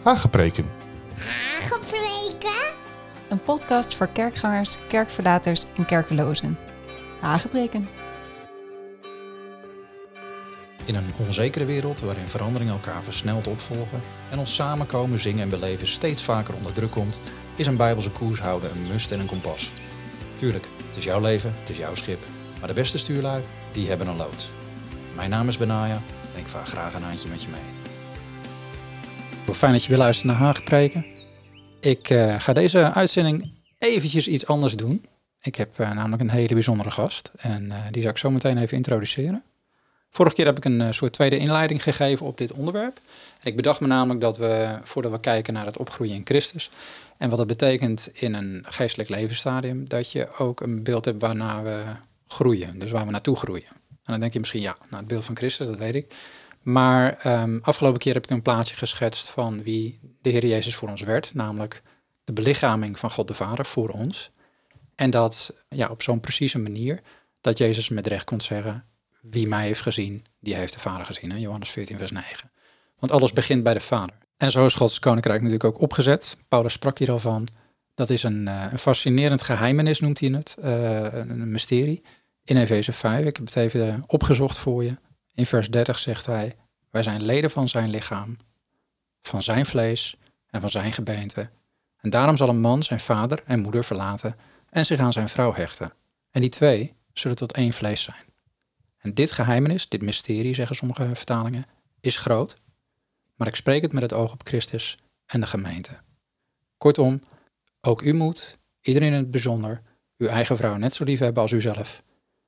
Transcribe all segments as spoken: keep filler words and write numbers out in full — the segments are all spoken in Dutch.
Hagepreken. Hagepreken? Een podcast voor kerkgangers, kerkverlaters en kerkelozen. Hagepreken. In een onzekere wereld waarin veranderingen elkaar versneld opvolgen en ons samenkomen, zingen en beleven steeds vaker onder druk komt, is een bijbelse koers houden een must en een kompas. Tuurlijk, het is jouw leven, het is jouw schip, maar de beste stuurlui, die hebben een loods. Mijn naam is Benaya en ik vaar graag een handje met je mee. Fijn dat je wil luisteren naar Hagepreken. Ik uh, ga deze uitzending eventjes iets anders doen. Ik heb uh, namelijk een hele bijzondere gast en uh, die zal ik zo meteen even introduceren. Vorige keer heb ik een uh, soort tweede inleiding gegeven op dit onderwerp. En ik bedacht me namelijk dat we, voordat we kijken naar het opgroeien in Christus en wat dat betekent in een geestelijk levensstadium, dat je ook een beeld hebt waarnaar we groeien, dus waar we naartoe groeien. En dan denk je misschien, ja, nou, het beeld van Christus, dat weet ik. Maar um, afgelopen keer heb ik een plaatje geschetst van wie de Heer Jezus voor ons werd, namelijk de belichaming van God de Vader voor ons. En dat ja, op zo'n precieze manier dat Jezus met recht kon zeggen, wie mij heeft gezien, die heeft de Vader gezien. Hè? Johannes veertien vers negen. Want alles begint bij de Vader. En zo is Gods Koninkrijk natuurlijk ook opgezet. Paulus sprak hier al van. Dat is een, uh, een fascinerend geheimenis, noemt hij het. Uh, een, een mysterie. In Efeze vijf, ik heb het even uh, opgezocht voor je. In vers dertig zegt hij, wij zijn leden van zijn lichaam, van zijn vlees en van zijn gebeente. En daarom zal een man zijn vader en moeder verlaten en zich aan zijn vrouw hechten. En die twee zullen tot één vlees zijn. En dit geheimenis, dit mysterie, zeggen sommige vertalingen, is groot. Maar ik spreek het met het oog op Christus en de gemeente. Kortom, ook u moet, iedereen in het bijzonder, uw eigen vrouw net zo lief hebben als uzelf.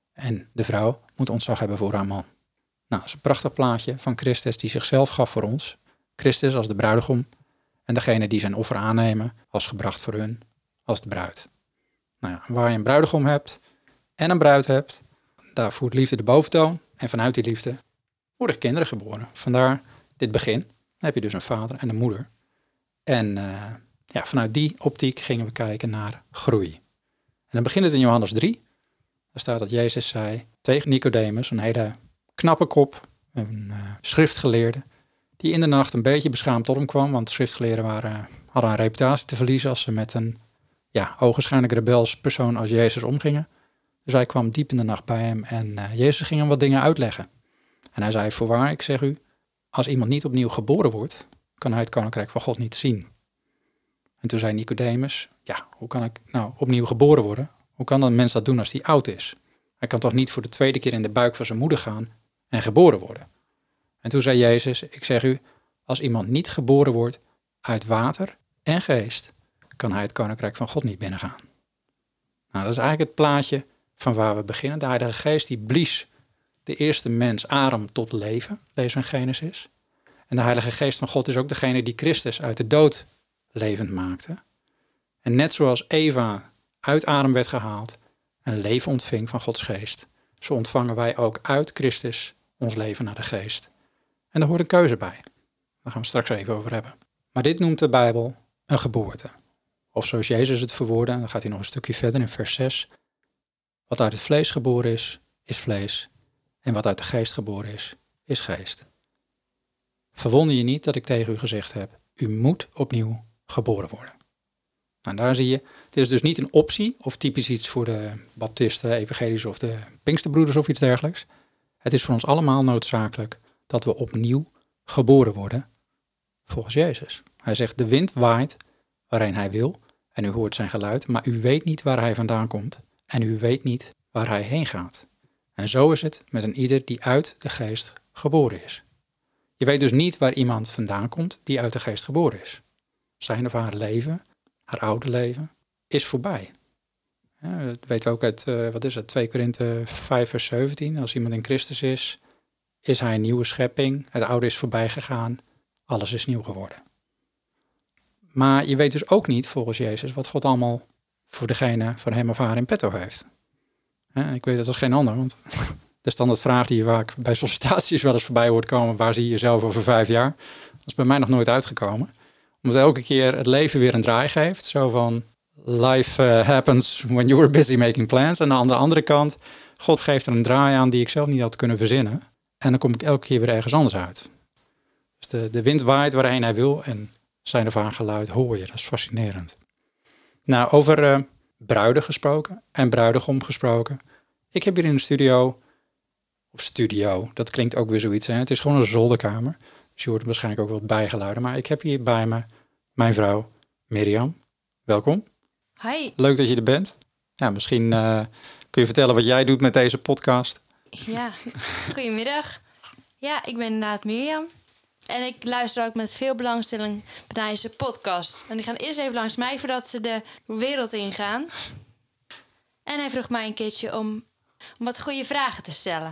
En de vrouw moet ontzag hebben voor haar man. Nou, dat is een prachtig plaatje van Christus die zichzelf gaf voor ons. Christus als de bruidegom en degene die zijn offer aannemen als gebracht voor hun, als de bruid. Nou ja, waar je een bruidegom hebt en een bruid hebt, daar voert liefde de boventoon en vanuit die liefde worden kinderen geboren. Vandaar dit begin. Dan heb je dus een vader en een moeder. En uh, ja, vanuit die optiek gingen we kijken naar groei. En dan begint het in Johannes drie. Daar staat dat Jezus zei tegen Nicodemus, een hele knappe kop, een uh, schriftgeleerde, die in de nacht een beetje beschaamd tot hem kwam, want schriftgeleerden waren, hadden een reputatie te verliezen als ze met een ja, ogenschijnlijk rebels persoon als Jezus omgingen. Dus hij kwam diep in de nacht bij hem en uh, Jezus ging hem wat dingen uitleggen. En hij zei, voorwaar, ik zeg u, als iemand niet opnieuw geboren wordt, kan hij het koninkrijk van God niet zien. En toen zei Nicodemus, ja, hoe kan ik nou opnieuw geboren worden? Hoe kan een mens dat doen als hij oud is? Hij kan toch niet voor de tweede keer in de buik van zijn moeder gaan en geboren worden? En toen zei Jezus, ik zeg u, als iemand niet geboren wordt uit water en geest, kan hij het koninkrijk van God niet binnengaan. Nou, dat is eigenlijk het plaatje van waar we beginnen. De Heilige Geest die blies de eerste mens adem tot leven, lezen we in Genesis. En de Heilige Geest van God is ook degene die Christus uit de dood levend maakte. En net zoals Eva uit Adam werd gehaald en leven ontving van Gods Geest, zo ontvangen wij ook uit Christus ons leven naar de Geest. En daar hoort een keuze bij. Daar gaan we straks even over hebben. Maar dit noemt de Bijbel een geboorte. Of zoals Jezus het verwoordde, en dan gaat hij nog een stukje verder in vers zes. Wat uit het vlees geboren is, is vlees. En wat uit de geest geboren is, is geest. Verwonder je niet dat ik tegen u gezegd heb, u moet opnieuw geboren worden. Nou, daar zie je, dit is dus niet een optie of typisch iets voor de baptisten, evangelische of de pinksterbroeders of iets dergelijks. Het is voor ons allemaal noodzakelijk dat we opnieuw geboren worden volgens Jezus. Hij zegt, de wind waait waarheen hij wil en u hoort zijn geluid, maar u weet niet waar hij vandaan komt en u weet niet waar hij heen gaat. En zo is het met een ieder die uit de geest geboren is. Je weet dus niet waar iemand vandaan komt die uit de geest geboren is. Zijn of haar leven, haar oude leven, is voorbij. Ja, dat weten we ook uit, uh, wat is het, twee Korinthe vijf vers zeventien. Als iemand in Christus is, is hij een nieuwe schepping. Het oude is voorbij gegaan, alles is nieuw geworden. Maar je weet dus ook niet, volgens Jezus, wat God allemaal voor degene van hem of haar in petto heeft. En ik weet dat als geen ander, want de standaardvraag die je vaak bij sollicitaties wel eens voorbij hoort komen, waar zie je jezelf over vijf jaar? Dat is bij mij nog nooit uitgekomen. Omdat elke keer het leven weer een draai geeft. Zo van, life uh, happens when you were busy making plans. En aan de andere kant, God geeft er een draai aan die ik zelf niet had kunnen verzinnen. En dan kom ik elke keer weer ergens anders uit. Dus de, de wind waait waarheen hij wil en zijn of haar geluid hoor je. Dat is fascinerend. Nou, over uh, bruiden gesproken en bruidegom gesproken. Ik heb hier in de studio, of studio, dat klinkt ook weer zoiets. Hè? Het is gewoon een zolderkamer. Dus je hoort waarschijnlijk ook wat bijgeluiden. Maar ik heb hier bij me mijn vrouw Mirjam. Welkom. Hi. Leuk dat je er bent. Ja, misschien uh, kun je vertellen wat jij doet met deze podcast. Ja, goedemiddag. Ja, ik ben inderdaad Mirjam. En ik luister ook met veel belangstelling naar deze podcast. En die gaan eerst even langs mij voordat ze de wereld ingaan. En hij vroeg mij een keertje om, om wat goede vragen te stellen.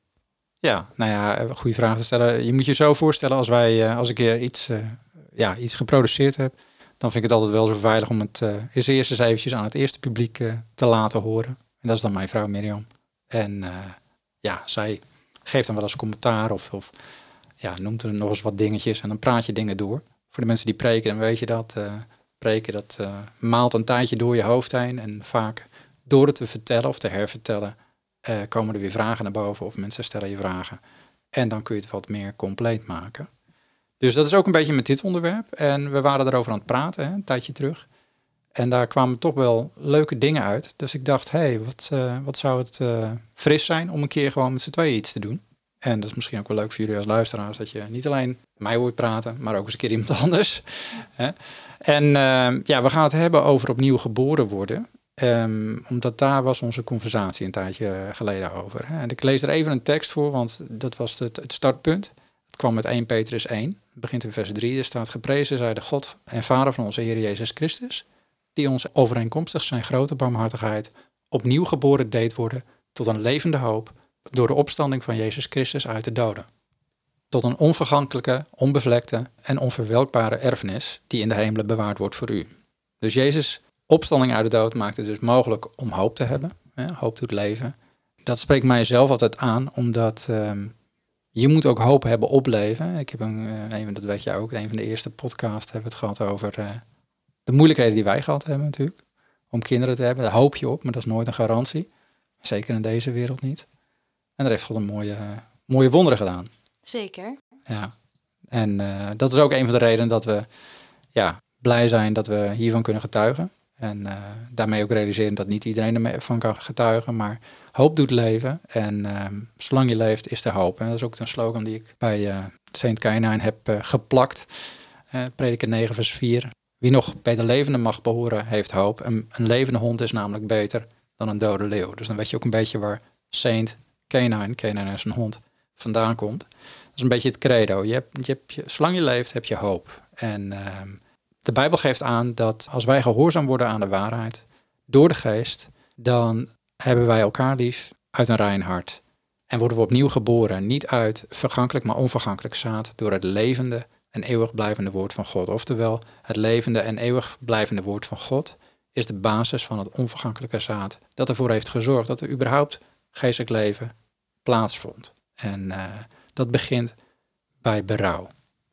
Ja, nou ja, goede vragen te stellen. Je moet je zo voorstellen als wij, als ik iets, uh, ja, iets geproduceerd heb, dan vind ik het altijd wel zo veilig om het uh, eens eerst eens eventjes aan het eerste publiek uh, te laten horen. En dat is dan mijn vrouw Mirjam. En uh, ja, zij geeft dan wel eens commentaar of, of ja, noemt er nog eens wat dingetjes en dan praat je dingen door. Voor de mensen die preken, dan weet je dat. Uh, preken, dat uh, maalt een tijdje door je hoofd heen. En vaak door het te vertellen of te hervertellen, uh, komen er weer vragen naar boven of mensen stellen je vragen. En dan kun je het wat meer compleet maken. Dus dat is ook een beetje met dit onderwerp. En we waren erover aan het praten, hè, een tijdje terug. En daar kwamen toch wel leuke dingen uit. Dus ik dacht, hé, hey, wat, uh, wat zou het uh, fris zijn om een keer gewoon met z'n tweeën iets te doen. En dat is misschien ook wel leuk voor jullie als luisteraars, dat je niet alleen mij hoort praten, maar ook eens een keer iemand anders. Hè? En uh, ja, we gaan het hebben over opnieuw geboren worden. Um, omdat daar was onze conversatie een tijdje geleden over. Hè? En ik lees er even een tekst voor, want dat was het, het startpunt. Het kwam met eerste Petrus één. Het begint in vers drie. Er staat: geprezen zij de God en Vader van onze Heer Jezus Christus, die ons overeenkomstig zijn grote barmhartigheid opnieuw geboren deed worden tot een levende hoop door de opstanding van Jezus Christus uit de doden. Tot een onvergankelijke, onbevlekte en onverwelkbare erfenis die in de hemelen bewaard wordt voor u. Dus Jezus' opstanding uit de dood maakt het dus mogelijk om hoop te hebben. Hè, hoop doet leven. Dat spreekt mij zelf altijd aan, omdat um, je moet ook hoop hebben op leven. Ik heb een, uh, dat weet je ook, een van de eerste podcasts hebben we het gehad over uh, de moeilijkheden die wij gehad hebben natuurlijk. Om kinderen te hebben, daar hoop je op, maar dat is nooit een garantie. Zeker in deze wereld niet. En daar heeft God een mooie, uh, mooie wonderen gedaan. Zeker. Ja. En uh, dat is ook een van de redenen dat we ja, blij zijn dat we hiervan kunnen getuigen. En uh, daarmee ook realiseren dat niet iedereen ervan kan getuigen. Maar hoop doet leven. En uh, zolang je leeft is er hoop. En dat is ook een slogan die ik bij uh, Saint Kainijn heb uh, geplakt. Uh, Prediker negen vers vier. Wie nog bij de levende mag behoren heeft hoop. Een, een levende hond is namelijk beter dan een dode leeuw. Dus dan weet je ook een beetje waar Saint Kainijn, Kainijn is een hond, vandaan komt. Dat is een beetje het credo. Je hebt, je hebt, je, zolang je leeft heb je hoop. En uh, de Bijbel geeft aan dat als wij gehoorzaam worden aan de waarheid, door de geest, dan hebben wij elkaar lief uit een rein hart. En worden we opnieuw geboren, niet uit vergankelijk, maar onvergankelijk zaad, door het levende en eeuwig blijvende woord van God. Oftewel, het levende en eeuwig blijvende woord van God is de basis van het onvergankelijke zaad, dat ervoor heeft gezorgd dat er überhaupt geestelijk leven plaatsvond. En uh, dat begint bij berouw.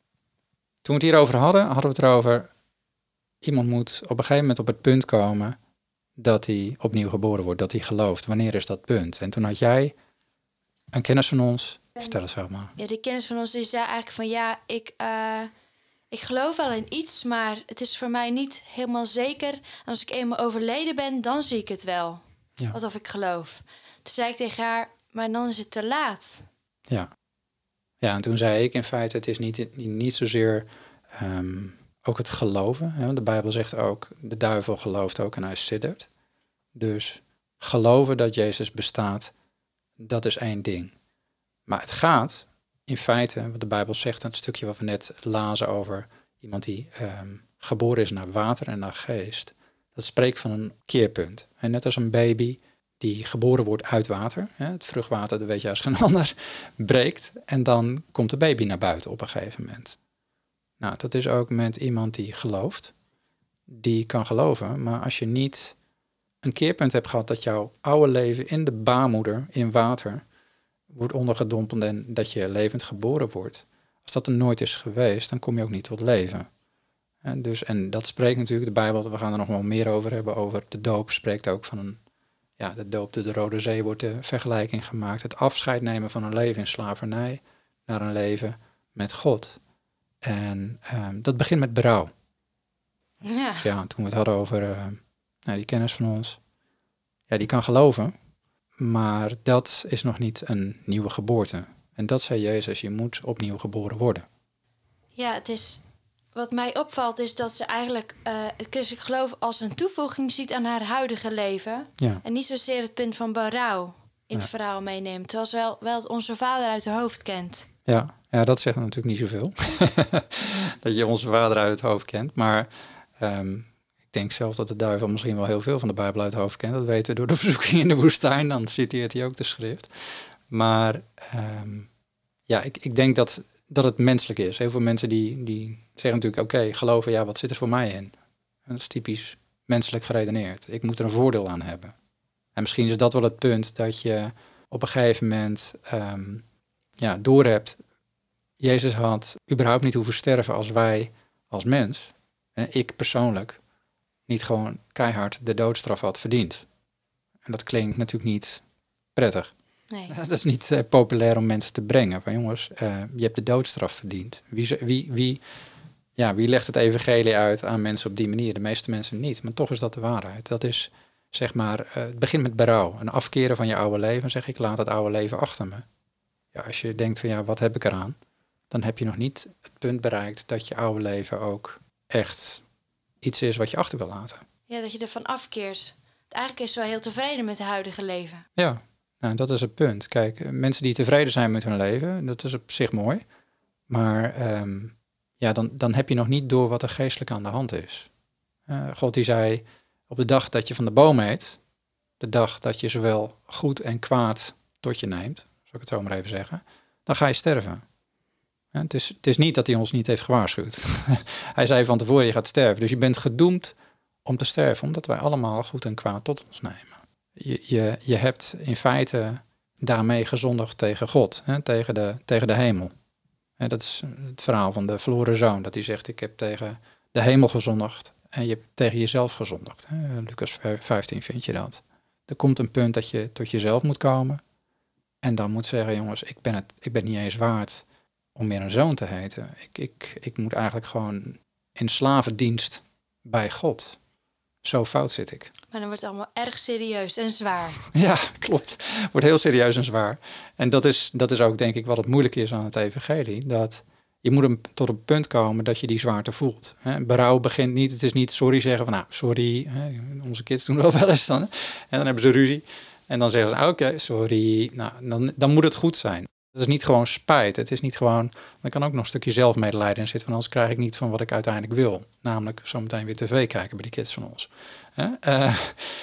Toen we het hierover hadden, hadden we het erover, iemand moet op een gegeven moment op het punt komen dat hij opnieuw geboren wordt, dat hij gelooft. Wanneer is dat punt? En toen had jij een kennis van ons, en, vertel eens zelf maar. Ja, die kennis van ons die zei eigenlijk van ja, ik, uh, ik geloof wel in iets, maar het is voor mij niet helemaal zeker. En als ik eenmaal overleden ben, dan zie ik het wel. Ja. Alsof ik geloof. Toen zei ik tegen haar, maar dan is het te laat. Ja. Ja, en toen zei ik in feite, het is niet, niet zozeer um, ook het geloven. Hè? De Bijbel zegt ook, de duivel gelooft ook en hij siddert. Dus geloven dat Jezus bestaat, dat is één ding. Maar het gaat in feite, wat de Bijbel zegt, het stukje wat we net lazen over iemand die um, geboren is naar water en naar geest. Dat spreekt van een keerpunt. En net als een baby die geboren wordt uit water, hè, het vruchtwater, dat weet je als geen ander, breekt en dan komt de baby naar buiten op een gegeven moment. Nou, dat is ook met iemand die gelooft, die kan geloven, maar als je niet een keerpunt hebt gehad dat jouw oude leven in de baarmoeder, in water, wordt ondergedompeld en dat je levend geboren wordt, als dat er nooit is geweest, dan kom je ook niet tot leven. En, dus, en dat spreekt natuurlijk, de Bijbel, we gaan er nog wel meer over hebben, over de doop, spreekt ook van een, ja, de doop door de Rode Zee wordt de vergelijking gemaakt. Het afscheid nemen van een leven in slavernij naar een leven met God. En um, dat begint met berouw. Ja. Ja, toen we het hadden over uh, nou, die kennis van ons. Ja, die kan geloven. Maar dat is nog niet een nieuwe geboorte. En dat zei Jezus, je moet opnieuw geboren worden. Ja, het is... Wat mij opvalt is dat ze eigenlijk uh, het christelijk geloof als een toevoeging ziet aan haar huidige leven. Ja. En niet zozeer het punt van berouw in Ja. het verhaal meeneemt. Terwijl ze wel, wel onze vader uit haar hoofd kent. Ja, ja, dat zegt natuurlijk niet zoveel. Dat je onze vader uit het hoofd kent. Maar um, ik denk zelf dat de duivel misschien wel heel veel van de Bijbel uit het hoofd kent. Dat weten we door de verzoeking in de woestijn. Dan citeert hij ook de schrift. Maar um, ja, ik, ik denk dat, dat het menselijk is. Heel veel mensen die, die zeggen natuurlijk, oké, okay, geloven, ja, wat zit er voor mij in? En dat is typisch menselijk geredeneerd. Ik moet er een voordeel aan hebben. En misschien is dat wel het punt dat je op een gegeven moment um, ja, doorhebt. Jezus had überhaupt niet hoeven sterven als wij als mens, en ik persoonlijk, niet gewoon keihard de doodstraf had verdiend. En dat klinkt natuurlijk niet prettig. Nee. Dat is niet uh, populair om mensen te brengen. Van jongens, uh, je hebt de doodstraf verdiend. Wie, wie, wie, ja, wie legt het evangelie uit aan mensen op die manier? De meeste mensen niet, maar toch is dat de waarheid. Dat is, zeg maar, uh, het begint met berouw. Een afkeren van je oude leven. Zeg ik, laat het oude leven achter me. Ja, als je denkt van ja, wat heb ik eraan? Dan heb je nog niet het punt bereikt dat je oude leven ook echt iets is wat je achter wil laten. Ja, dat je ervan afkeert. Eigenlijk is ze wel heel tevreden met het huidige leven. Ja, nou, dat is het punt. Kijk, mensen die tevreden zijn met hun leven, dat is op zich mooi. Maar um, ja, dan, dan heb je nog niet door wat er geestelijk aan de hand is. Uh, God die zei, op de dag dat je van de boom eet, de dag dat je zowel goed en kwaad tot je neemt, zal ik het zo maar even zeggen, dan ga je sterven. Ja, het, is, het is niet dat hij ons niet heeft gewaarschuwd. Hij zei van tevoren, je gaat sterven. Dus je bent gedoemd om te sterven, omdat wij allemaal goed en kwaad tot ons nemen. Je, je, je hebt in feite daarmee gezondigd tegen God, hè, tegen, de, tegen de hemel. En dat is het verhaal van de verloren zoon, dat hij zegt, ik heb tegen de hemel gezondigd en je hebt tegen jezelf gezondigd. Hè. Lucas vijftien vind je dat. Er komt een punt dat je tot jezelf moet komen en dan moet zeggen, jongens, ik ben het, ik ben niet eens waard om meer een zoon te heten. Ik, ik, ik moet eigenlijk gewoon in slavendienst bij God. Zo fout zit ik. Maar dan wordt het allemaal erg serieus en zwaar. Ja, klopt. Wordt heel serieus en zwaar. En dat is, dat is ook denk ik wat het moeilijk is aan het evangelie. Dat je moet hem tot een punt komen dat je die zwaarte voelt. Hè? Berouw begint niet, het is niet sorry zeggen van nou, sorry. Hè? Onze kids doen dat wel eens dan. Hè? En dan hebben ze ruzie. En dan zeggen ze, oké, okay, sorry. Nou, dan, dan moet het goed zijn. Het is niet gewoon spijt. Het is niet gewoon, er kan ook nog een stukje zelfmedelijden in zitten. Want anders krijg ik niet van wat ik uiteindelijk wil. Namelijk zometeen weer tv kijken bij die kids van ons. Uh,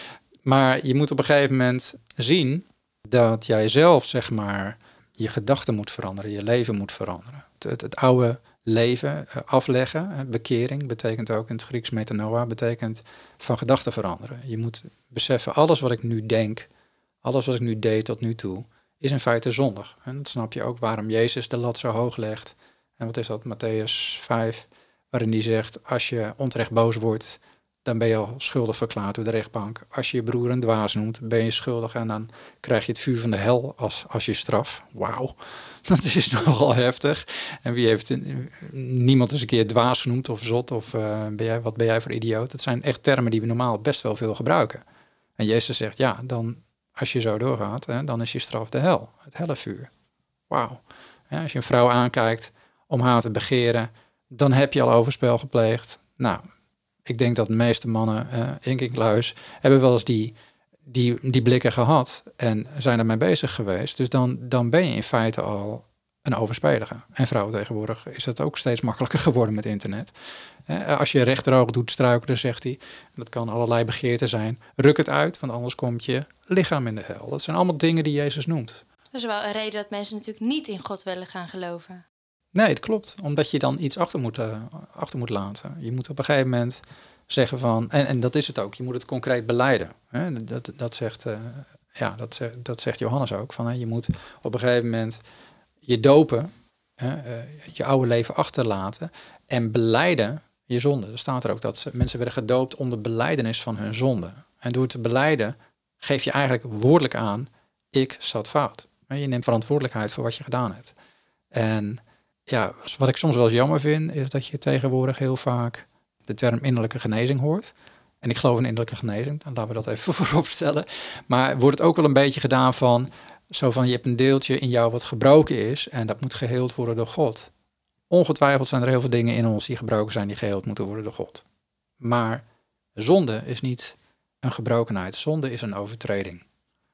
maar je moet op een gegeven moment zien dat jij zelf, zeg maar, je gedachten moet veranderen. Je leven moet veranderen. Het, het, het oude leven uh, afleggen. Uh, bekering betekent ook in het Grieks metanoia. Betekent van gedachten veranderen. Je moet beseffen, alles wat ik nu denk, alles wat ik nu deed tot nu toe, is in feite zondig. En dan snap je ook waarom Jezus de lat zo hoog legt. En wat is dat, Matthäus vijf, waarin hij zegt, als je onterecht boos wordt, dan ben je al schuldig verklaard door de rechtbank. Als je je broer een dwaas noemt, ben je schuldig en dan krijg je het vuur van de hel als, als je straf. Wauw, dat is nogal heftig. En wie heeft niemand eens een keer dwaas genoemd of zot of uh, ben jij, wat ben jij voor idioot? Dat zijn echt termen die we normaal best wel veel gebruiken. En Jezus zegt, ja, dan als je zo doorgaat, hè, dan is je straf de hel, het hellevuur. Wauw. Ja, als je een vrouw aankijkt om haar te begeren, dan heb je al overspel gepleegd. Nou, ik denk dat de meeste mannen, uh, Ink Kluis, hebben wel eens die, die, die blikken gehad en zijn ermee bezig geweest. Dus dan, dan ben je in feite al een overspelige. En vrouwen tegenwoordig is dat ook steeds makkelijker geworden met internet. Uh, als je rechteroog doet struikelen, zegt hij, dat kan allerlei begeerten zijn, ruk het uit, want anders komt je lichaam in de hel. Dat zijn allemaal dingen die Jezus noemt. Dat is wel een reden dat mensen natuurlijk niet in God willen gaan geloven. Nee, dat klopt. Omdat je dan iets achter moet, uh, achter moet laten. Je moet op een gegeven moment zeggen van, en, en dat is het ook, je moet het concreet belijden. Hè? Dat, dat, zegt, uh, ja, dat, zegt, dat zegt Johannes ook. Van, hè? Je moet op een gegeven moment je dopen, hè? Uh, je oude leven achterlaten en belijden je zonde. Er staat er ook dat mensen werden gedoopt onder belijdenis van hun zonde. En door te belijden geef je eigenlijk woordelijk aan, ik zat fout. Je neemt verantwoordelijkheid voor wat je gedaan hebt. En ja, wat ik soms wel eens jammer vind, is dat je tegenwoordig heel vaak de term innerlijke genezing hoort. En ik geloof in innerlijke genezing, dan laten we dat even voorop stellen. Maar wordt het ook wel een beetje gedaan van, zo van je hebt een deeltje in jou wat gebroken is en dat moet geheeld worden door God. Ongetwijfeld zijn er heel veel dingen in ons die gebroken zijn, die geheeld moeten worden door God. Maar zonde is niet een gebrokenheid, zonde is een overtreding.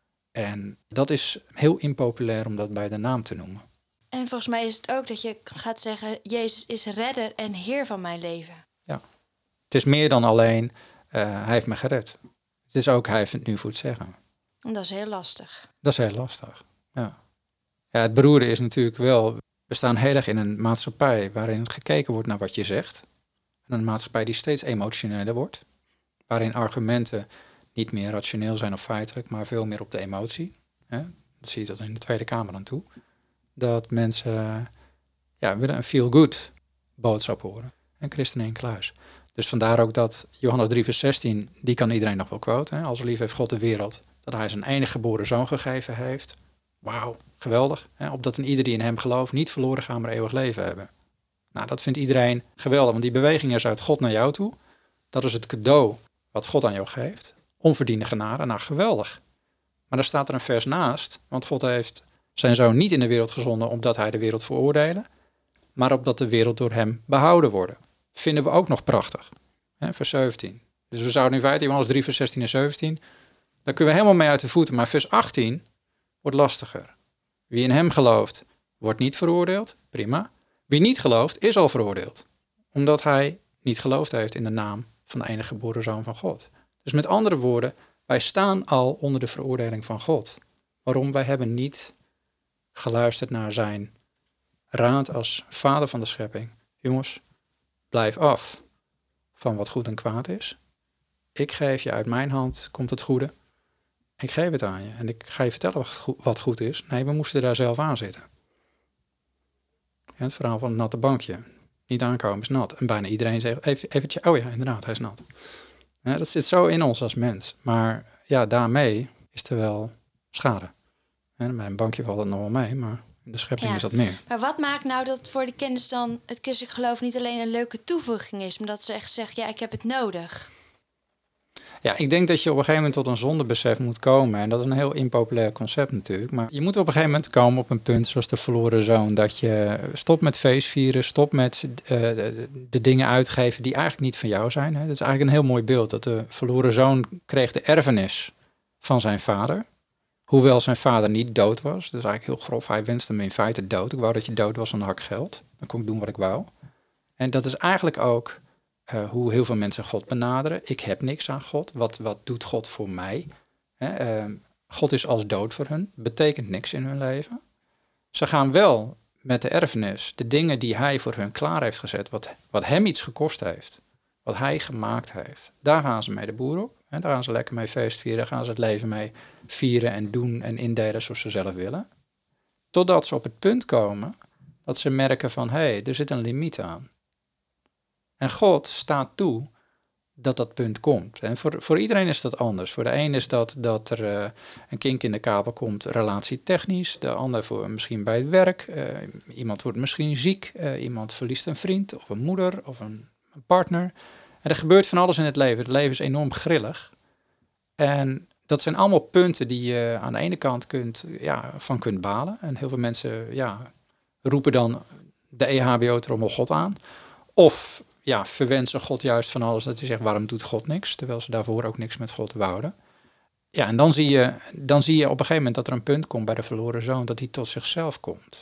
En dat is heel impopulair om dat bij de naam te noemen. En volgens mij is het ook dat je gaat zeggen, Jezus is redder en heer van mijn leven. Ja, het is meer dan alleen, uh, hij heeft me gered. Het is ook, hij heeft het nu voor het zeggen. En dat is heel lastig. Dat is heel lastig, ja. Ja, het beroerde is natuurlijk wel, we staan heel erg in een maatschappij waarin gekeken wordt naar wat je zegt. En een maatschappij die steeds emotioneler wordt. Waarin argumenten niet meer rationeel zijn of feitelijk, maar veel meer op de emotie. Hè? Dat zie je tot in de Tweede Kamer aan toe. Dat mensen ja, willen een feel-good boodschap horen. En christen in kluis. Dus vandaar ook dat Johannes drie vers zestien, die kan iedereen nog wel quoten. Hè? Als lief heeft God de wereld, dat hij zijn enige geboren zoon gegeven heeft. Wauw, geweldig. Hè? Opdat een ieder die in hem gelooft niet verloren gaan, maar eeuwig leven hebben. Nou, dat vindt iedereen geweldig, want die beweging is uit God naar jou toe. Dat is het cadeau wat God aan jou geeft. Onverdiende genade, nou geweldig. Maar daar staat er een vers naast, want God heeft zijn zoon niet in de wereld gezonden omdat hij de wereld veroordelen, maar opdat de wereld door hem behouden wordt. Vinden we ook nog prachtig. Hè, vers zeventien. Dus we zouden in feite Johannes drie vers zestien en zeventien, daar kunnen we helemaal mee uit de voeten. Maar vers achttien wordt lastiger. Wie in hem gelooft, wordt niet veroordeeld. Prima. Wie niet gelooft, is al veroordeeld. Omdat hij niet geloofd heeft in de naam van de enige geboren zoon van God. Dus met andere woorden, wij staan al onder de veroordeling van God. Waarom? Wij hebben niet geluisterd naar zijn raad als vader van de schepping. Jongens, blijf af van wat goed en kwaad is. Ik geef je uit mijn hand, komt het goede. Ik geef het aan je en ik ga je vertellen wat goed is. Nee, we moesten daar zelf aan zitten. Ja, het verhaal van het natte bankje. Niet aankomen is nat. En bijna iedereen zegt, even, eventje, oh ja, inderdaad, hij is nat. Ja, dat zit zo in ons als mens. Maar ja, daarmee is er wel schade. En bij een bankje valt het nog wel mee, maar in de schepping Ja. is dat meer. Maar wat maakt nou dat voor de kennis dan het christelijk geloof niet alleen een leuke toevoeging is, maar dat ze echt zegt, ja, ik heb het nodig? Ja, ik denk dat je op een gegeven moment tot een zondebesef moet komen. En dat is een heel impopulair concept natuurlijk. Maar je moet op een gegeven moment komen op een punt zoals de verloren zoon. Dat je stopt met feestvieren, stopt met uh, de, de dingen uitgeven die eigenlijk niet van jou zijn. Hè. Dat is eigenlijk een heel mooi beeld. Dat de verloren zoon kreeg de erfenis van zijn vader. Hoewel zijn vader niet dood was. Dat is eigenlijk heel grof. Hij wenste hem in feite dood. Ik wou dat je dood was, dan had ik geld. Dan kon ik doen wat ik wou. En dat is eigenlijk ook Uh, hoe heel veel mensen God benaderen. Ik heb niks aan God. Wat, wat doet God voor mij? Hè, uh, God is als dood voor hun. Betekent niks in hun leven. Ze gaan wel met de erfenis, de dingen die hij voor hun klaar heeft gezet, wat, wat hem iets gekost heeft, wat hij gemaakt heeft. Daar gaan ze mee de boer op. Hè, daar gaan ze lekker mee feestvieren. Daar gaan ze het leven mee vieren en doen en indelen zoals ze zelf willen. Totdat ze op het punt komen dat ze merken van, hé, hey, er zit een limiet aan. En God staat toe dat dat punt komt. En voor, voor iedereen is dat anders. Voor de een is dat dat er uh, een kink in de kabel komt, relatietechnisch. De ander voor misschien bij het werk. Uh, iemand wordt misschien ziek. Uh, iemand verliest een vriend of een moeder of een, een partner. En er gebeurt van alles in het leven. Het leven is enorm grillig. En dat zijn allemaal punten die je aan de ene kant kunt, ja, van kunt balen. En heel veel mensen ja, roepen dan de E H B O-trommel God aan. Of ja, verwensen God juist van alles. Dat hij zegt, waarom doet God niks? Terwijl ze daarvoor ook niks met God wouden. Ja, en dan zie je, dan zie je op een gegeven moment dat er een punt komt bij de verloren zoon, dat hij tot zichzelf komt.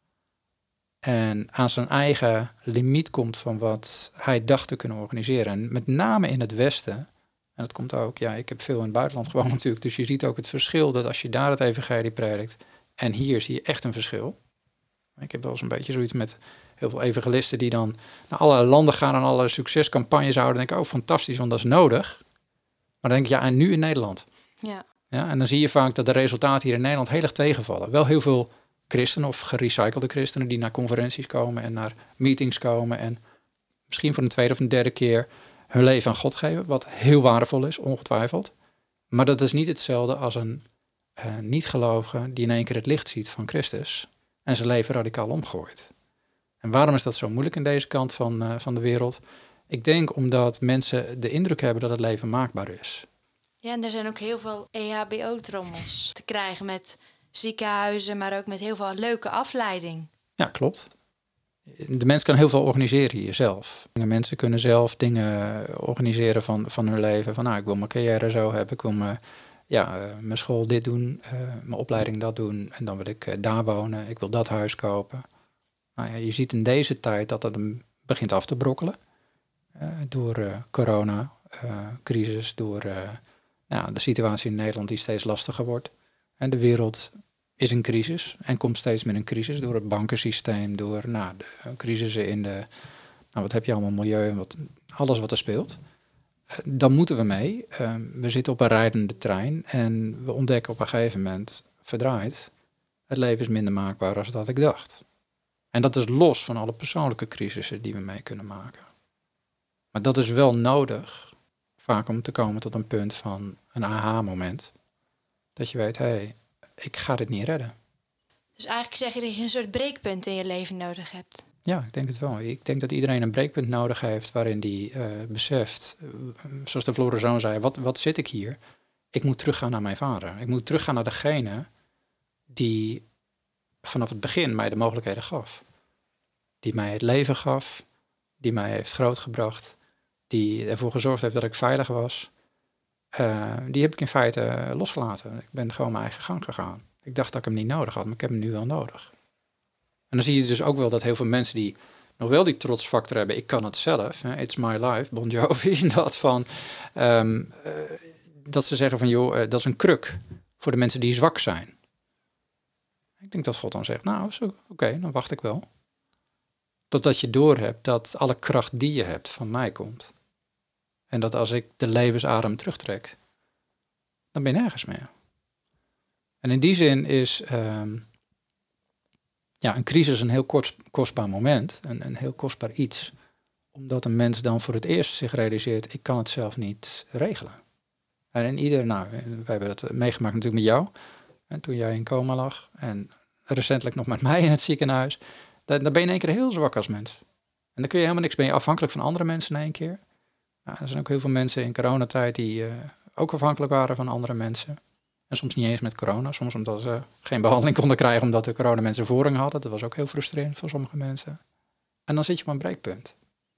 En aan zijn eigen limiet komt van wat hij dacht te kunnen organiseren. En met name in het Westen, en dat komt ook, ja, ik heb veel in het buitenland gewoond natuurlijk, dus je ziet ook het verschil dat als je daar het evangelie predikt, en hier dan echt een verschil. Ik heb wel eens een beetje zoiets met heel veel evangelisten die dan naar alle landen gaan en alle succescampagnes houden. Dan denk ik, oh fantastisch, want dat is nodig. Maar dan denk ik, ja, en nu in Nederland. Ja. Ja, en dan zie je vaak dat de resultaten hier in Nederland heel erg tegenvallen. Wel heel veel christenen of gerecyclede christenen die naar conferenties komen en naar meetings komen en misschien voor een tweede of een derde keer hun leven aan God geven, wat heel waardevol is, ongetwijfeld. Maar dat is niet hetzelfde als een uh, niet-gelovige die in één keer het licht ziet van Christus en zijn leven radicaal omgooit. En waarom is dat zo moeilijk in deze kant van, uh, van de wereld? Ik denk omdat mensen de indruk hebben dat het leven maakbaar is. Ja, en er zijn ook heel veel E H B O-trommels te krijgen met ziekenhuizen, maar ook met heel veel leuke afleiding. Ja, klopt. De mens kan heel veel organiseren hierzelf. Mensen kunnen zelf dingen organiseren van, van hun leven. Van nou, ik wil mijn carrière zo hebben. Ik wil mijn, ja, uh, mijn school dit doen. Uh, mijn opleiding dat doen. En dan wil ik uh, daar wonen. Ik wil dat huis kopen. Nou ja, je ziet in deze tijd dat dat begint af te brokkelen. Uh, door uh, corona, uh, crisis, door uh, nou, de situatie in Nederland die steeds lastiger wordt. En de wereld is een crisis en komt steeds meer een crisis door het bankensysteem, door nou, de crisissen in de, nou, wat heb je allemaal, milieu en wat, alles wat er speelt. Uh, dan moeten we mee. Uh, we zitten op een rijdende trein en we ontdekken op een gegeven moment, verdraaid, het leven is minder maakbaar dan dat ik dacht. En dat is los van alle persoonlijke crisissen die we mee kunnen maken. Maar dat is wel nodig, vaak om te komen tot een punt van een aha-moment. Dat je weet, hé, hey, ik ga dit niet redden. Dus eigenlijk zeg je dat je een soort breekpunt in je leven nodig hebt. Ja, ik denk het wel. Ik denk dat iedereen een breekpunt nodig heeft waarin die uh, beseft, uh, zoals de Florenzoon zei, wat, wat zit ik hier? Ik moet teruggaan naar mijn vader. Ik moet teruggaan naar degene die vanaf het begin mij de mogelijkheden gaf. Die mij het leven gaf, die mij heeft grootgebracht, die ervoor gezorgd heeft dat ik veilig was. Uh, die heb ik in feite uh, losgelaten. Ik ben gewoon mijn eigen gang gegaan. Ik dacht dat ik hem niet nodig had, maar ik heb hem nu wel nodig. En dan zie je dus ook wel dat heel veel mensen die nog wel die trotsfactor hebben, ik kan het zelf, hè, it's my life, Bon Jovi, dat van, um, uh, dat ze zeggen van, joh, uh, dat is een kruk voor de mensen die zwak zijn. Ik denk dat God dan zegt, nou, oké, okay, dan wacht ik wel. Totdat je doorhebt dat alle kracht die je hebt van mij komt. En dat als ik de levensadem terugtrek, dan ben je nergens meer. En in die zin is um, ja, een crisis een heel kort, kostbaar moment. Een, een heel kostbaar iets. Omdat een mens dan voor het eerst zich realiseert, ik kan het zelf niet regelen. En in ieder, nou, wij hebben dat meegemaakt natuurlijk met jou. En toen jij in coma lag. En recentelijk nog met mij in het ziekenhuis. Dan, dan ben je in één keer heel zwak als mens. En dan kun je helemaal niks, ben je afhankelijk van andere mensen in één keer. Nou, er zijn ook heel veel mensen in coronatijd die uh, ook afhankelijk waren van andere mensen. En soms niet eens met corona, soms omdat ze geen behandeling konden krijgen omdat de coronamensen voorrang hadden. Dat was ook heel frustrerend voor sommige mensen. En dan zit je op een breekpunt.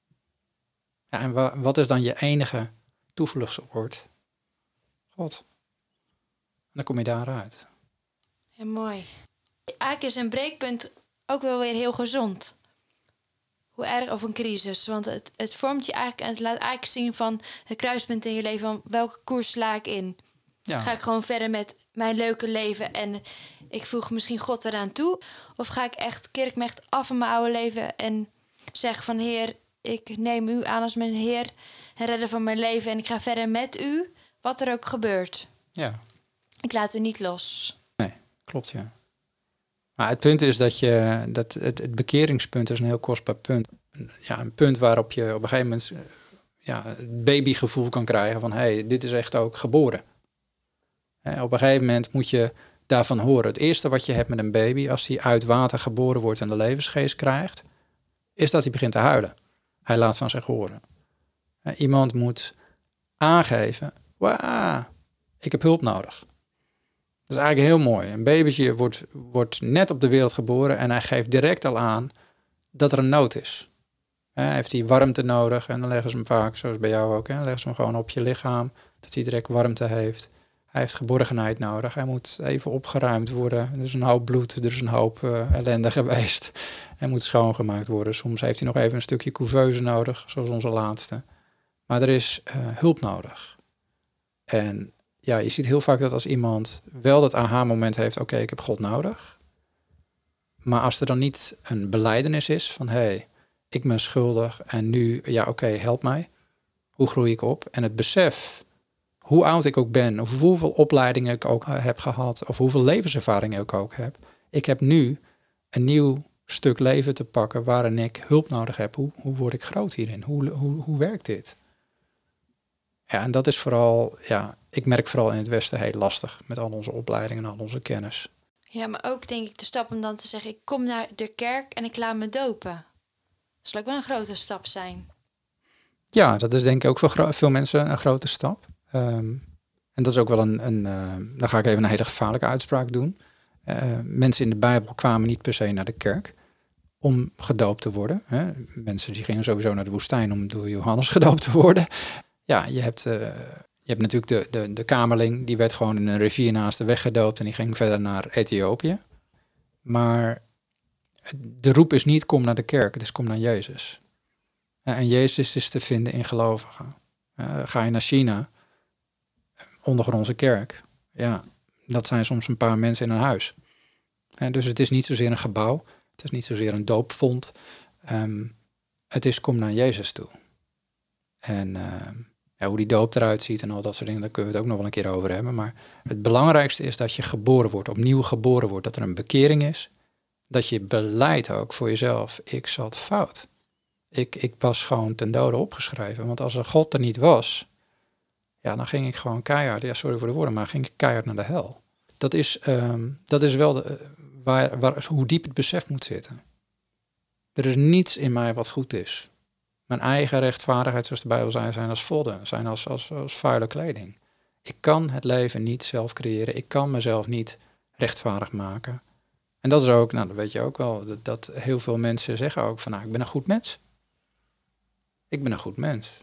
Ja, en wa- wat is dan je enige toevluchtsoord? God. En dan kom je daaruit. Ja, mooi. Eigenlijk is een breekpunt ook wel weer heel gezond. Hoe erg, of een crisis. Want het, het vormt je eigenlijk en het laat eigenlijk zien van het kruispunt in je leven. Van welke koers sla ik in? Ja. Ga ik gewoon verder met mijn leuke leven en ik voeg misschien God eraan toe? Of ga ik echt, keer ik me echt af van mijn oude leven en zeg van Heer, ik neem u aan als mijn Heer en redder van mijn leven en ik ga verder met u, wat er ook gebeurt. Ja. Ik laat u niet los. Nee, klopt, ja. Maar het punt is dat je, dat het, het bekeringspunt is een heel kostbaar punt. Ja, een punt waarop je op een gegeven moment ja, het babygevoel kan krijgen van, hé, hey, dit is echt ook geboren. En op een gegeven moment moet je daarvan horen. Het eerste wat je hebt met een baby, als hij uit water geboren wordt en de levensgeest krijgt, is dat hij begint te huilen. Hij laat van zich horen. Iemand moet aangeven, wauw, ik heb hulp nodig. Dat is eigenlijk heel mooi. Een babytje wordt, wordt net op de wereld geboren en hij geeft direct al aan dat er een nood is. Hij heeft hij warmte nodig en dan leggen ze hem vaak, zoals bij jou ook, hè, leggen ze hem gewoon op je lichaam, dat hij direct warmte heeft. Hij heeft geborgenheid nodig. Hij moet even opgeruimd worden. Er is een hoop bloed, er is een hoop uh, ellende geweest. Hij moet schoongemaakt worden. Soms heeft hij nog even een stukje couveuse nodig, zoals onze laatste. Maar er is uh, hulp nodig. En ja, je ziet heel vaak dat als iemand wel dat aha-moment heeft, oké, okay, ik heb God nodig. Maar als er dan niet een belijdenis is van, hé, hey, ik ben schuldig en nu, ja, oké, okay, help mij. Hoe groei ik op? En het besef, hoe oud ik ook ben, of hoeveel opleidingen ik ook heb gehad, of hoeveel levenservaring ik ook heb. Ik heb nu een nieuw stuk leven te pakken waarin ik hulp nodig heb. Hoe, hoe word ik groot hierin? Hoe, hoe, hoe werkt dit? Ja, en dat is vooral, ja, ik merk vooral in het Westen heel lastig met al onze opleidingen en al onze kennis. Ja, maar ook denk ik de stap om dan te zeggen, ik kom naar de kerk en ik laat me dopen. zal ook wel een grote stap zijn. Ja, dat is denk ik ook voor gro- veel mensen een grote stap. Um, en dat is ook wel een, een uh, dan ga ik even een hele gevaarlijke uitspraak doen. Uh, mensen in de Bijbel kwamen niet per se naar de kerk om gedoopt te worden. Hè. Mensen die gingen sowieso naar de woestijn om door Johannes gedoopt te worden. Ja, je hebt, uh, je hebt natuurlijk de, de, de kamerling, die werd gewoon in een rivier naast de weg gedoopt en die ging verder naar Ethiopië. Maar de roep is niet kom naar de kerk, het is kom naar Jezus. Uh, en Jezus is te vinden in gelovigen. Uh, ga je naar China, ondergrondse kerk, ja, dat zijn soms een paar mensen in een huis. En dus het is niet zozeer een gebouw, het is niet zozeer een doopvond. Um, het is kom naar Jezus toe. En uh, ja, hoe die doop eruit ziet en al dat soort dingen, daar kunnen we het ook nog wel een keer over hebben. Maar het belangrijkste is dat je geboren wordt, opnieuw geboren wordt, dat er een bekering is. Dat je beleidt ook voor jezelf, ik zat fout. Ik, ik was gewoon ten dode opgeschreven. Want als er God er niet was, ja, dan ging ik gewoon keihard, ja, sorry voor de woorden, maar ging ik keihard naar de hel. Dat is, um, dat is wel de, waar, waar, hoe diep het besef moet zitten. Er is niets in mij wat goed is. Mijn eigen rechtvaardigheid, zoals de Bijbel zei, zijn als vodden, zijn als, als, als vuile kleding. Ik kan het leven niet zelf creëren. Ik kan mezelf niet rechtvaardig maken. En dat is ook, nou dat weet je ook wel, dat, dat heel veel mensen zeggen ook van, nou, ik ben een goed mens. Ik ben een goed mens.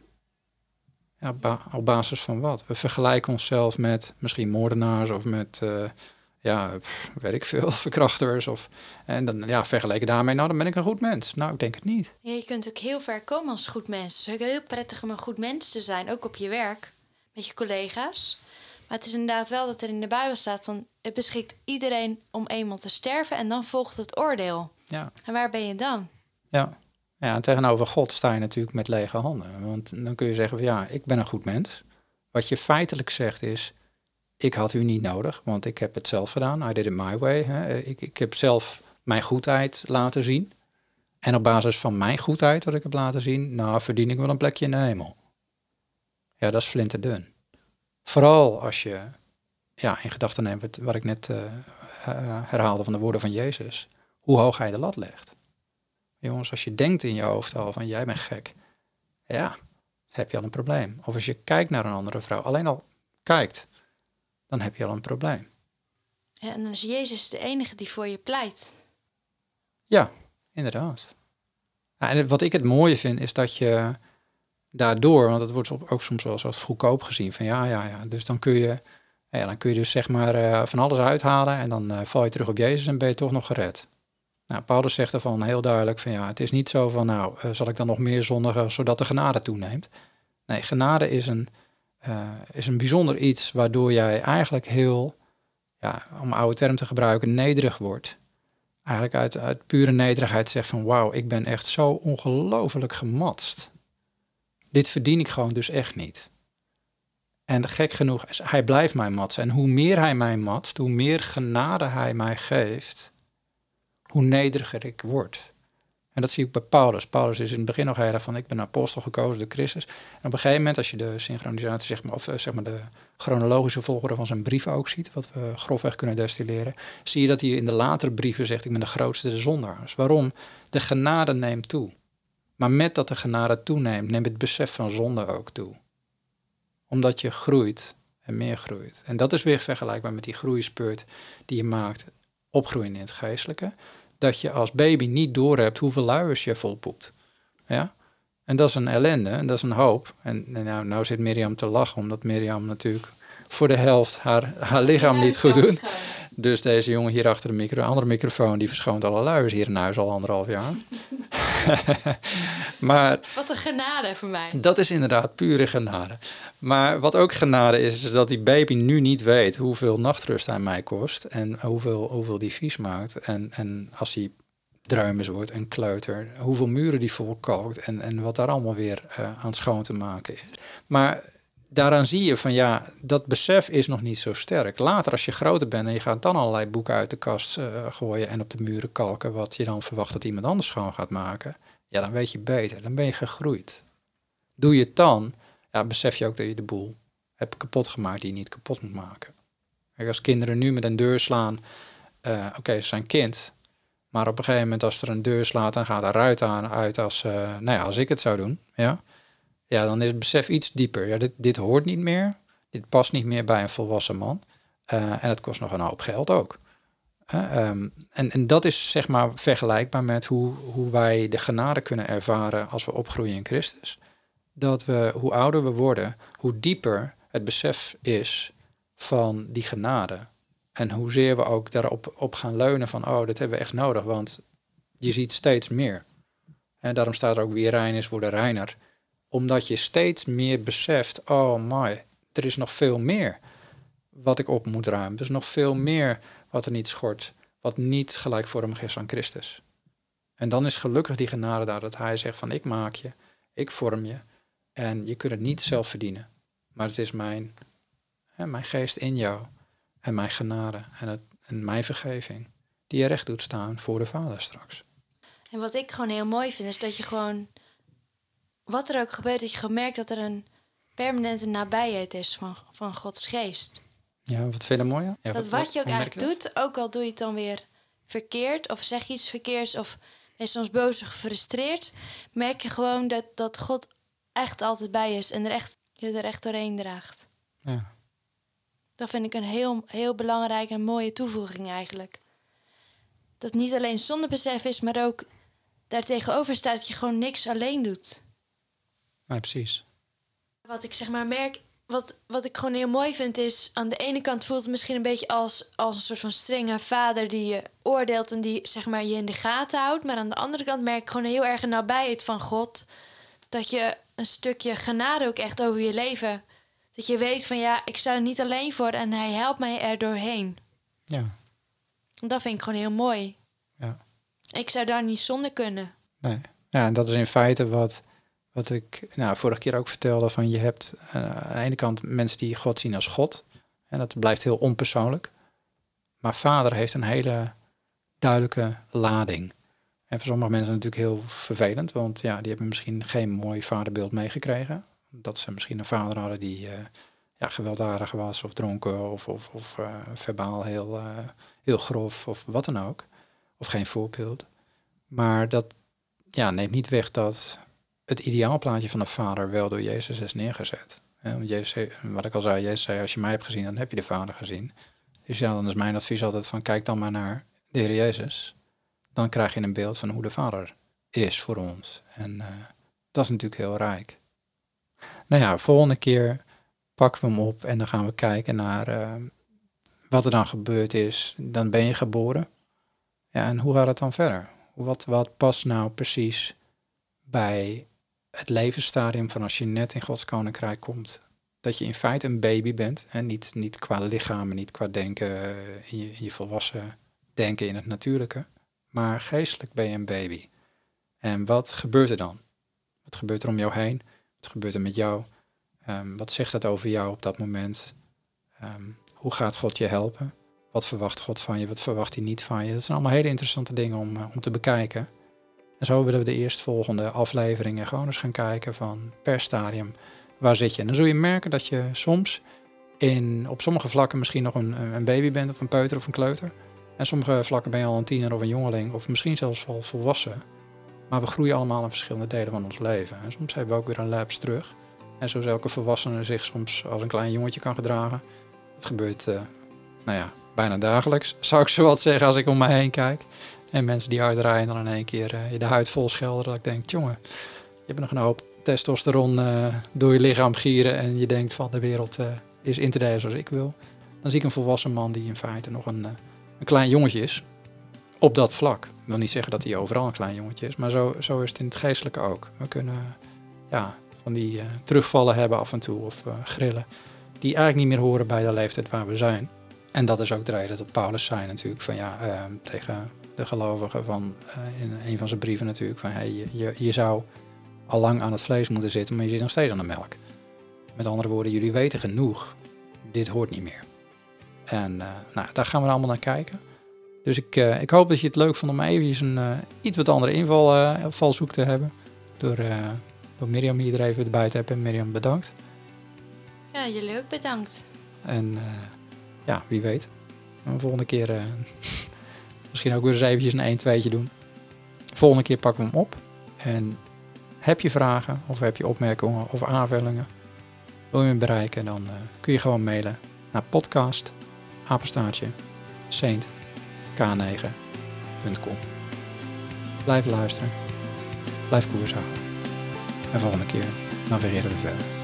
Ja, ba- op basis van wat? We vergelijken onszelf met misschien moordenaars of met, uh, ja, pff, weet ik veel, verkrachters. Of, en dan ja, vergeleken daarmee, nou dan ben ik een goed mens. Nou, ik denk het niet. Ja, je kunt ook heel ver komen als goed mens. Het is ook heel prettig om een goed mens te zijn, ook op je werk, met je collega's. Maar het is inderdaad wel dat er in de Bijbel staat van, het beschikt iedereen om eenmaal te sterven en dan volgt het oordeel. Ja. En waar ben je dan? Ja. Ja, en tegenover God sta je natuurlijk met lege handen. Want dan kun je zeggen van ja, ik ben een goed mens. Wat je feitelijk zegt is, ik had u niet nodig, want ik heb het zelf gedaan. I did it my way. Hè. Ik, ik heb zelf mijn goedheid laten zien. En op basis van mijn goedheid wat ik heb laten zien, nou verdien ik wel een plekje in de hemel. Ja, dat is flinterdun. Vooral als je ja, in gedachten neemt wat ik net uh, uh, herhaalde van de woorden van Jezus. Hoe hoog hij de lat legt. Jongens, als je denkt in je hoofd al van jij bent gek, ja, heb je al een probleem. Of als je kijkt naar een andere vrouw, alleen al kijkt, dan heb je al een probleem. Ja, en dan is Jezus de enige die voor je pleit. Ja, inderdaad. Ja, en wat ik het mooie vind is dat je daardoor, want het wordt ook soms wel als goedkoop gezien, van ja, ja, ja, dus dan kun je, ja, dan kun je dus zeg maar uh, van alles uithalen en dan uh, val je terug op Jezus en ben je toch nog gered. Nou, Paulus zegt ervan heel duidelijk van ja, het is niet zo van nou, uh, zal ik dan nog meer zondigen zodat de genade toeneemt. Nee, genade is een, uh, is een bijzonder iets waardoor jij eigenlijk heel, ja, om een oude term te gebruiken, nederig wordt. Eigenlijk uit, uit pure nederigheid zegt van wauw, ik ben echt zo ongelooflijk gematst. Dit verdien ik gewoon dus echt niet. En gek genoeg, hij blijft mij matsen. En hoe meer hij mij matst, hoe meer genade hij mij geeft, hoe nederiger ik word. En dat zie ik bij Paulus. Paulus is in het begin nog heel erg van, ik ben apostel gekozen door Christus. En op een gegeven moment, als je de synchronisatie, zeg maar, of zeg maar de chronologische volgorde van zijn brieven ook ziet, wat we grofweg kunnen destilleren, zie je dat hij in de latere brieven zegt, ik ben de grootste der zondaars. Waarom? De genade neemt toe. Maar met dat de genade toeneemt, neemt het besef van zonde ook toe. Omdat je groeit en meer groeit. En dat is weer vergelijkbaar met die groeispurt die je maakt, opgroeien in het geestelijke. Dat je als baby niet doorhebt hoeveel luiers je volpoept. Ja? En dat is een ellende en dat is een hoop. En, en nou, nou zit Mirjam te lachen, omdat Mirjam natuurlijk voor de helft haar, haar lichaam ja, niet goed doet. Dus deze jongen hier achter de micro, andere microfoon, die verschoont alle luiers hier in huis al anderhalf jaar. Maar wat een genade voor mij. Dat is inderdaad pure genade. Maar wat ook genade is, is dat die baby nu niet weet hoeveel nachtrust aan mij kost en hoeveel, hoeveel die vies maakt. En, en als hij druimes wordt en kleuter, hoeveel muren die volkalkt en, en wat daar allemaal weer uh, aan schoon te maken is. Maar daaraan zie je van ja, dat besef is nog niet zo sterk. Later als je groter bent en je gaat dan allerlei boeken uit de kast uh, gooien en op de muren kalken, wat je dan verwacht dat iemand anders schoon gaat maken. Ja, dan weet je beter. Dan ben je gegroeid. Doe je het dan, ja, besef je ook dat je de boel hebt kapot gemaakt die je niet kapot moet maken. Kijk, als kinderen nu met een deur slaan, uh, oké, okay, ze zijn kind, Maar op een gegeven moment als er een deur slaat, dan gaat er ruit aan uit als, uh, nou ja, als ik het zou doen. Ja, ja dan is het besef iets dieper. Ja, dit, dit hoort niet meer. Dit past niet meer bij een volwassen man. Uh, en het kost nog een hoop geld ook. Uh, um, en, en dat is zeg maar vergelijkbaar met hoe, hoe wij de genade kunnen ervaren als we opgroeien in Christus. Dat we, hoe ouder we worden, hoe dieper het besef is van die genade. En hoezeer we ook daarop op gaan leunen van, oh, dit hebben we echt nodig, want je ziet steeds meer. En daarom staat er ook, wie rein is, wordt reiner. Omdat je steeds meer beseft, oh my, er is nog veel meer wat ik op moet ruimen. Er is nog veel meer wat er niet schort, wat niet gelijkvormig is aan Christus. En dan is gelukkig die genade daar, dat hij zegt van, ik maak je, ik vorm je. En je kunt het niet zelf verdienen. Maar het is mijn, hè, mijn geest in jou. En mijn genade en, het, en mijn vergeving. Die je recht doet staan voor de Vader straks. En wat ik gewoon heel mooi vind, is dat je gewoon, wat er ook gebeurt, dat je gewoon merkt dat er een permanente nabijheid is van, van Gods geest. Ja, wat vind je mooi? Ja, dat wat, wat je ook eigenlijk doet, ook al doe je het dan weer verkeerd, of zeg je iets verkeerds, of ben je soms boos of gefrustreerd, merk je gewoon dat, dat God echt altijd bij is en er echt, je er echt doorheen draagt. Ja. Dat vind ik een heel, heel belangrijke en mooie toevoeging eigenlijk. Dat niet alleen zondebesef is, maar ook daartegenover staat dat je gewoon niks alleen doet. Nee, precies. Wat ik zeg maar merk, wat, wat ik gewoon heel mooi vind is, aan de ene kant voelt het misschien een beetje als, als een soort van strenge vader die je oordeelt en die zeg maar je in de gaten houdt. Maar aan de andere kant merk ik gewoon heel erg een nabijheid van God. Dat je een stukje genade ook echt over je leven. Dat je weet van ja, ik sta er niet alleen voor en hij helpt mij er doorheen. Ja. Dat vind ik gewoon heel mooi. Ja. Ik zou daar niet zonder kunnen. Nee. Ja, en dat is in feite wat, wat ik nou, vorige keer ook vertelde. Van je hebt uh, aan de ene kant mensen die God zien als God. En dat blijft heel onpersoonlijk. Maar vader heeft een hele duidelijke lading. En voor sommige mensen natuurlijk heel vervelend. Want ja, die hebben misschien geen mooi vaderbeeld meegekregen. Dat ze misschien een vader hadden die uh, ja, gewelddadig was of dronken of, of, of uh, verbaal heel, uh, heel grof of wat dan ook. Of geen voorbeeld. Maar dat ja, neemt niet weg dat het ideaalplaatje van een vader wel door Jezus is neergezet. Ja, want Jezus, wat ik al zei, Jezus zei, als je mij hebt gezien, dan heb je de Vader gezien. Dus ja, dan is mijn advies altijd van, kijk dan maar naar de Heer Jezus. Dan krijg je een beeld van hoe de Vader is voor ons. En uh, dat is natuurlijk heel rijk. Nou ja, volgende keer pakken we hem op en dan gaan we kijken naar uh, wat er dan gebeurd is. Dan ben je geboren. Ja, en hoe gaat het dan verder? Wat, wat past nou precies bij het levensstadium van als je net in Gods Koninkrijk komt? Dat je in feite een baby bent. En niet, niet qua lichaam en niet qua denken, in je, in je volwassen denken in het natuurlijke. Maar geestelijk ben je een baby. En wat gebeurt er dan? Wat gebeurt er om jou heen? Wat gebeurt er met jou? Um, wat zegt dat over jou op dat moment? Um, hoe gaat God je helpen? Wat verwacht God van je? Wat verwacht hij niet van je? Dat zijn allemaal hele interessante dingen om, uh, om te bekijken. En zo willen we de eerstvolgende afleveringen gewoon eens gaan kijken van per stadium. Waar zit je? En dan zul je merken dat je soms in, op sommige vlakken misschien nog een, een baby bent of een peuter of een kleuter. En sommige vlakken ben je al een tiener of een jongeling of misschien zelfs al volwassen. Maar we groeien allemaal in verschillende delen van ons leven. En soms hebben we ook weer een lapse terug. En zoals elke volwassene zich soms als een klein jongetje kan gedragen. Dat gebeurt, uh, nou ja, bijna dagelijks, zou ik zo wat zeggen als ik om mij heen kijk. En mensen die hard rijden dan in één keer uh, je de huid vol schelden. Dat ik denk, jongen, je hebt nog een hoop testosteron uh, door je lichaam gieren. En je denkt van de wereld uh, is in te delen zoals ik wil. Dan zie ik een volwassen man die in feite nog een, uh, een klein jongetje is. Op dat vlak. Ik wil niet zeggen dat hij overal een klein jongetje is. Maar zo, zo is het in het geestelijke ook. We kunnen uh, ja, van die uh, terugvallen hebben af en toe. Of uh, grillen. Die eigenlijk niet meer horen bij de leeftijd waar we zijn. En dat is ook de reden dat Paulus zei natuurlijk. Van ja, uh, tegen de gelovigen van, uh, in een van zijn brieven natuurlijk. Van hey, je, je, je zou al lang aan het vlees moeten zitten. Maar je zit nog steeds aan de melk. Met andere woorden, jullie weten genoeg. Dit hoort niet meer. En uh, nou, daar gaan we allemaal naar kijken. Dus ik, uh, ik hoop dat je het leuk vond om even een uh, iets wat andere inval, uh, valshoek te hebben. Door, uh, door Mirjam hier er even erbij te hebben. En Mirjam, bedankt. Ja, jullie ook bedankt. En uh, ja, wie weet. De volgende keer uh, Misschien ook weer eens eventjes een één tweetje doen. Volgende keer pakken we hem op. En heb je vragen of heb je opmerkingen of aanvullingen? Wil je me bereiken, dan uh, kun je gewoon mailen naar podcast, apenstaartje, saint k negen punt com. Blijf luisteren. Blijf koers houden. En volgende keer navigeren we verder.